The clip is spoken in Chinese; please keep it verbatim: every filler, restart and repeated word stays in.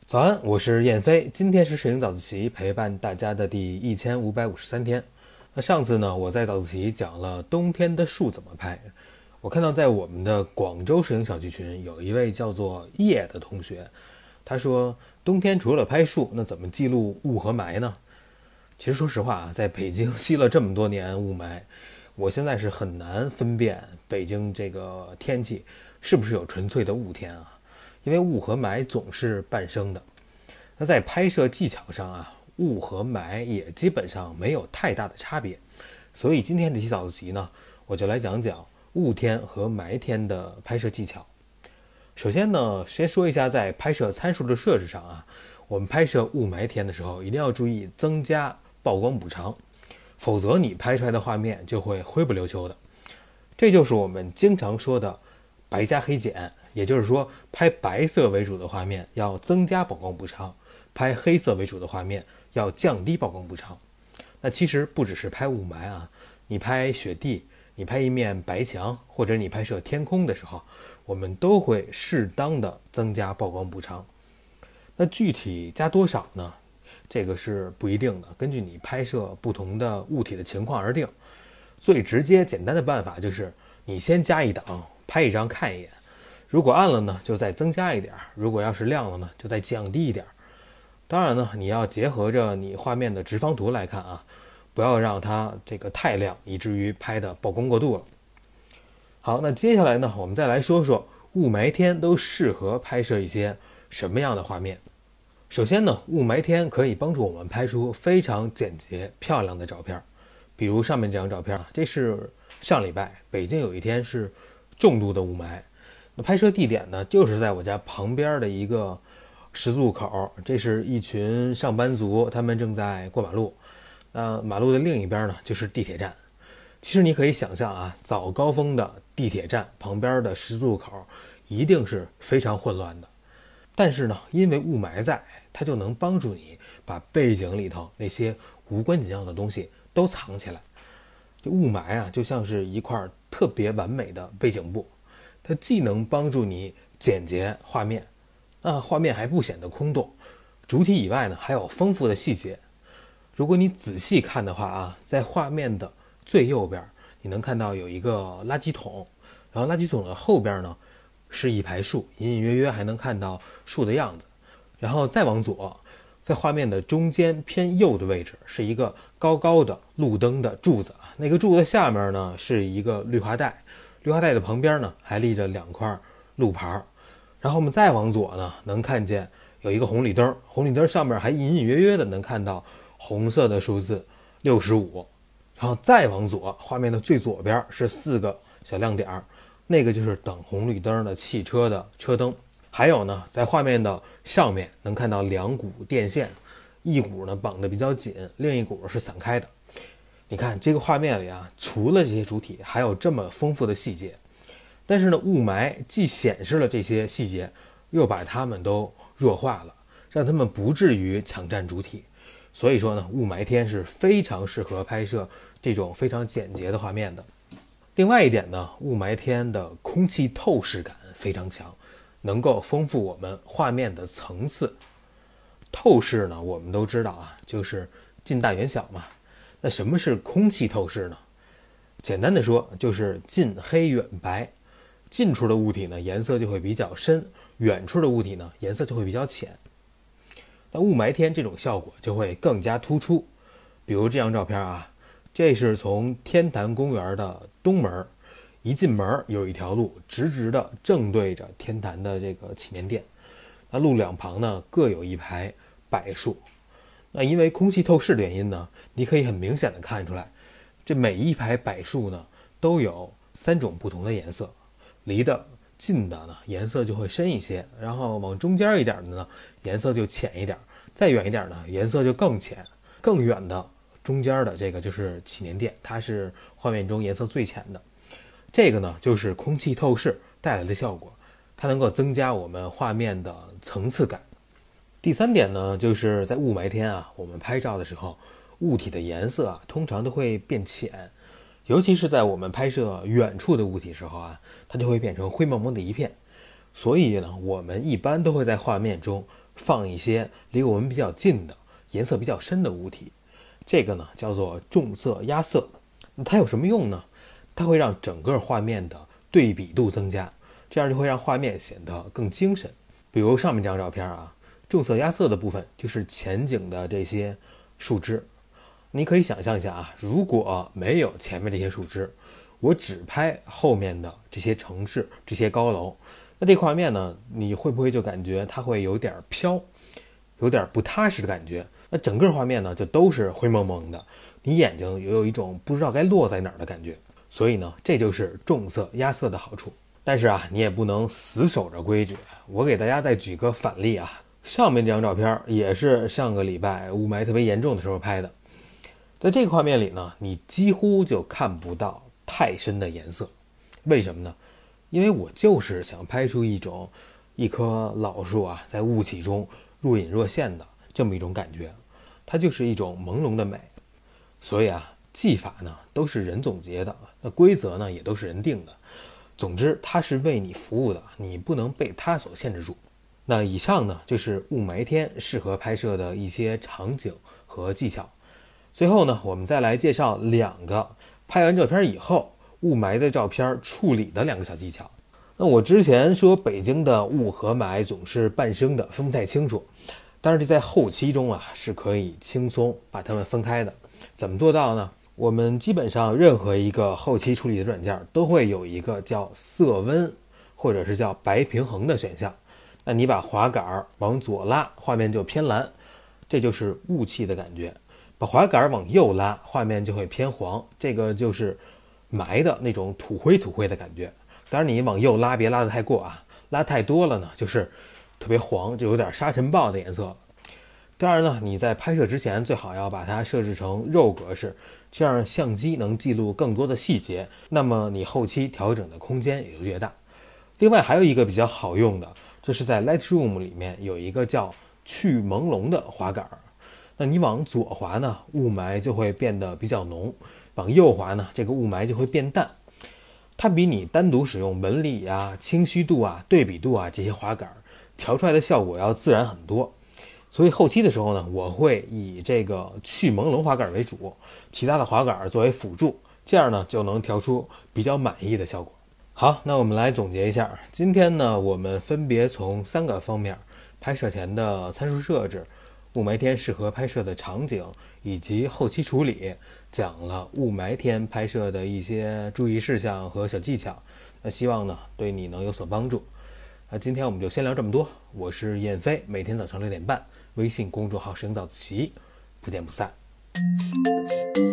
早安，我是燕飞，今天是摄影早自习陪伴大家的第一千五百五十三天。那上次呢，我在早自习讲了冬天的树怎么拍。我看到在我们的广州摄影小剧群有一位叫做叶的同学，他说冬天除了拍树，那怎么记录雾和霾呢？其实说实话啊，在北京吸了这么多年雾霾，我现在是很难分辨北京这个天气是不是有纯粹的雾天啊。因为雾和霾总是伴生的，那在拍摄技巧上啊，雾和霾也基本上没有太大的差别。所以今天这期早自习呢，我就来讲讲雾天和霾天的拍摄技巧。首先呢，先说一下在拍摄参数的设置上啊，我们拍摄雾霾天的时候，一定要注意增加曝光补偿，否则你拍出来的画面就会灰不溜秋的。这就是我们经常说的白加黑减。也就是说，拍白色为主的画面要增加曝光补偿，拍黑色为主的画面要降低曝光补偿。那其实不只是拍雾霾啊，你拍雪地，你拍一面白墙，或者你拍摄天空的时候，我们都会适当的增加曝光补偿。那具体加多少呢？这个是不一定的，根据你拍摄不同的物体的情况而定。最直接简单的办法就是你先加一档，拍一张看一眼。如果暗了呢，就再增加一点；如果要是亮了呢，就再降低一点。当然呢，你要结合着你画面的直方图来看啊，不要让它这个太亮，以至于拍的曝光过度了。好，那接下来呢，我们再来说说雾霾天都适合拍摄一些什么样的画面。首先呢，雾霾天可以帮助我们拍出非常简洁漂亮的照片。比如上面这张照片，这是上礼拜北京有一天是重度的雾霾。那拍摄地点呢，就是在我家旁边的一个十字路口，这是一群上班族，他们正在过马路。那马路的另一边呢，就是地铁站。其实你可以想象啊，早高峰的地铁站旁边的十字路口一定是非常混乱的。但是呢，因为雾霾在，它就能帮助你把背景里头那些无关紧要的东西都藏起来。这雾霾啊，就像是一块特别完美的背景布。它既能帮助你简洁画面，那画面还不显得空洞，主体以外呢还有丰富的细节。如果你仔细看的话啊，在画面的最右边你能看到有一个垃圾桶，然后垃圾桶的后边呢是一排树，隐隐约约还能看到树的样子。然后再往左，在画面的中间偏右的位置是一个高高的路灯的柱子，那个柱子下面呢是一个绿化带，绿化带的旁边呢还立着两块路牌。然后我们再往左呢，能看见有一个红绿灯，红绿灯上面还隐隐约约的能看到红色的数字六十五。然后再往左，画面的最左边是四个小亮点，那个就是等红绿灯的汽车的车灯。还有呢，在画面的上面能看到两股电线，一股呢绑得比较紧，另一股是散开的。你看这个画面里啊，除了这些主体，还有这么丰富的细节。但是呢，雾霾既显示了这些细节，又把它们都弱化了，让它们不至于抢占主体。所以说呢，雾霾天是非常适合拍摄这种非常简洁的画面的。另外一点呢，雾霾天的空气透视感非常强，能够丰富我们画面的层次。透视呢，我们都知道啊，就是近大远小嘛。那什么是空气透视呢？简单的说，就是近黑远白。近处的物体呢，颜色就会比较深；远处的物体呢，颜色就会比较浅。那雾霾天这种效果就会更加突出。比如这张照片啊，这是从天坛公园的东门，一进门有一条路，直直的正对着天坛的这个祈年殿。那路两旁呢，各有一排柏树。那因为空气透视的原因呢，你可以很明显的看出来，这每一排柏树呢都有三种不同的颜色。离得近的呢颜色就会深一些，然后往中间一点的呢颜色就浅一点，再远一点呢颜色就更浅，更远的中间的这个就是祈年殿，它是画面中颜色最浅的。这个呢就是空气透视带来的效果，它能够增加我们画面的层次感。第三点呢，就是在雾霾天啊，我们拍照的时候，物体的颜色啊，通常都会变浅，尤其是在我们拍摄远处的物体时候啊，它就会变成灰蒙蒙的一片。所以呢，我们一般都会在画面中放一些离我们比较近的、颜色比较深的物体，这个呢叫做重色压色。那它有什么用呢？它会让整个画面的对比度增加，这样就会让画面显得更精神。比如上面这张照片啊，重色压色的部分就是前景的这些树枝。你可以想象一下啊，如果没有前面这些树枝，我只拍后面的这些城市、这些高楼，那这个画面呢，你会不会就感觉它会有点飘，有点不踏实的感觉？那整个画面呢，就都是灰蒙蒙的，你眼睛也有一种不知道该落在哪儿的感觉。所以呢，这就是重色压色的好处。但是啊，你也不能死守着规矩。我给大家再举个反例啊，上面这张照片也是上个礼拜雾霾特别严重的时候拍的。在这个画面里呢，你几乎就看不到太深的颜色。为什么呢？因为我就是想拍出一种一棵老树啊，在雾气中若隐若现的这么一种感觉，它就是一种朦胧的美。所以啊，技法呢都是人总结的，那规则呢也都是人定的。总之，它是为你服务的，你不能被它所限制住。那以上呢就是雾霾天适合拍摄的一些场景和技巧。最后呢，我们再来介绍两个拍完照片以后雾霾的照片处理的两个小技巧。那我之前说北京的雾和霾总是伴生的，分不太清楚，但是这在后期中啊是可以轻松把它们分开的。怎么做到呢？我们基本上任何一个后期处理的软件都会有一个叫色温或者是叫白平衡的选项。那你把滑杆往左拉，画面就偏蓝，这就是雾气的感觉。把滑杆往右拉，画面就会偏黄，这个就是霾的那种土灰土灰的感觉。当然你往右拉别拉得太过啊，拉太多了呢就是特别黄，就有点沙尘暴的颜色了。当然呢，你在拍摄之前最好要把它设置成肉格式，这样相机能记录更多的细节，那么你后期调整的空间也就越大。另外还有一个比较好用的，这是在 Lightroom 里面有一个叫去朦胧的滑杆。那你往左滑呢，雾霾就会变得比较浓，往右滑呢，这个雾霾就会变淡。它比你单独使用纹理啊、清晰度啊、对比度啊这些滑杆调出来的效果要自然很多。所以后期的时候呢，我会以这个去朦胧滑杆为主，其他的滑杆作为辅助，这样呢就能调出比较满意的效果。好，那我们来总结一下，今天呢我们分别从三个方面，拍摄前的参数设置、雾霾天适合拍摄的场景以及后期处理，讲了雾霾天拍摄的一些注意事项和小技巧。那希望呢对你能有所帮助。那今天我们就先聊这么多，我是燕飞，每天早上六点半，微信公众号摄影早自习，不见不散。